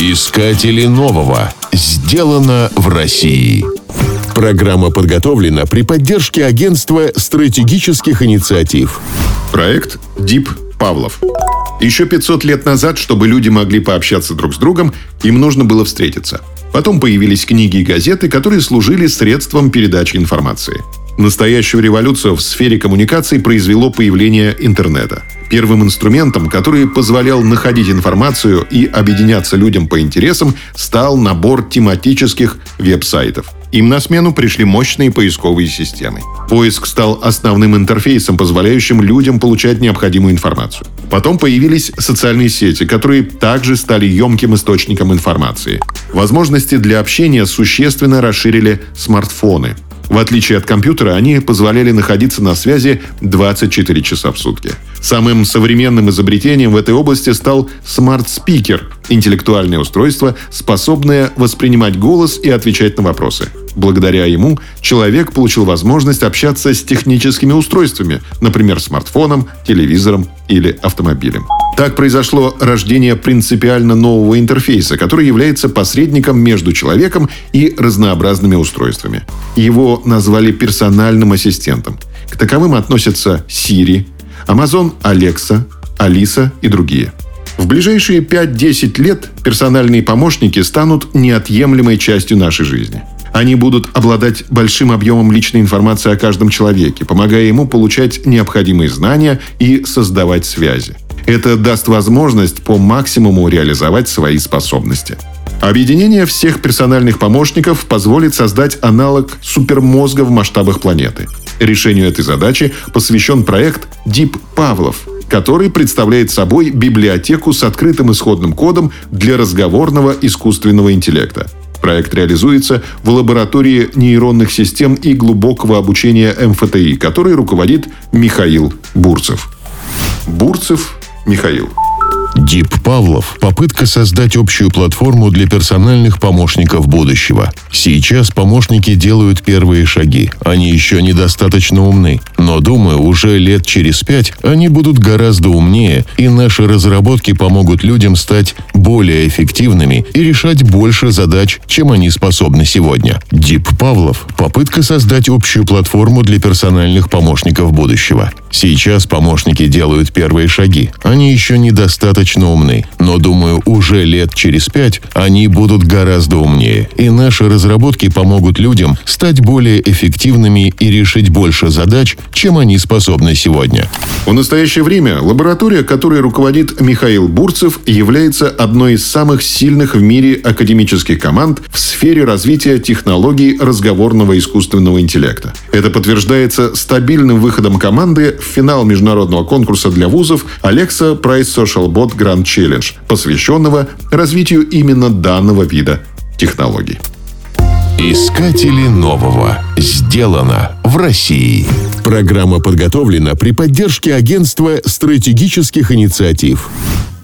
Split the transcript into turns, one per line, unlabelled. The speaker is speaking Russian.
Искатели нового. Сделано в России. Программа подготовлена при поддержке Агентства стратегических инициатив.
Проект Deep Павлов. Еще 500 лет назад, чтобы люди могли пообщаться друг с другом, им нужно было встретиться. Потом появились книги и газеты, которые служили средством передачи информации. Настоящую революцию в сфере коммуникаций произвело появление интернета. Первым инструментом, который позволял находить информацию и объединяться людям по интересам, стал набор тематических веб-сайтов. Им на смену пришли мощные поисковые системы. Поиск стал основным интерфейсом, позволяющим людям получать необходимую информацию. Потом появились социальные сети, которые также стали емким источником информации. Возможности для общения существенно расширили смартфоны. В отличие от компьютера, они позволяли находиться на связи 24 часа в сутки. Самым современным изобретением в этой области стал смарт-спикер – интеллектуальное устройство, способное воспринимать голос и отвечать на вопросы. Благодаря ему человек получил возможность общаться с техническими устройствами, например, смартфоном, телевизором или автомобилем. Так произошло рождение принципиально нового интерфейса, который является посредником между человеком и разнообразными устройствами. Его назвали персональным ассистентом. К таковым относятся Siri, Amazon Alexa, Alisa и другие. В ближайшие 5-10 лет персональные помощники станут неотъемлемой частью нашей жизни. Они будут обладать большим объемом личной информации о каждом человеке, помогая ему получать необходимые знания и создавать связи. Это даст возможность по максимуму реализовать свои способности. Объединение всех персональных помощников позволит создать аналог супермозга в масштабах планеты. Решению этой задачи посвящен проект Deep Павлов, который представляет собой библиотеку с открытым исходным кодом для разговорного искусственного интеллекта. Проект реализуется в лаборатории нейронных систем и глубокого обучения МФТИ, которой руководит Михаил Бурцев. Бурцев Михаил.
Deep Павлов – попытка создать общую платформу для персональных помощников будущего. Сейчас помощники делают первые шаги. Они еще недостаточно умны. Но, думаю, уже лет через 5 они будут гораздо умнее, и наши разработки помогут людям стать более эффективными и решать больше задач, чем они способны сегодня. Deep Павлов – попытка создать общую платформу для персональных помощников будущего. Сейчас помощники делают первые шаги. Они еще недостаточно умны, но, думаю, уже лет через 5 они будут гораздо умнее, и наши разработки помогут людям стать более эффективными и решить больше задач, чем они способны сегодня.
В настоящее время лаборатория, которой руководит Михаил Бурцев, является одной из самых сильных в мире академических команд в сфере развития технологий разговорного искусственного интеллекта. Это подтверждается стабильным выходом команды в финал международного конкурса для вузов Alexa Prize Social Bot Grand Challenge, посвященного развитию именно данного вида технологий.
Искатели нового. Сделано в России. Программа подготовлена при поддержке Агентства стратегических инициатив.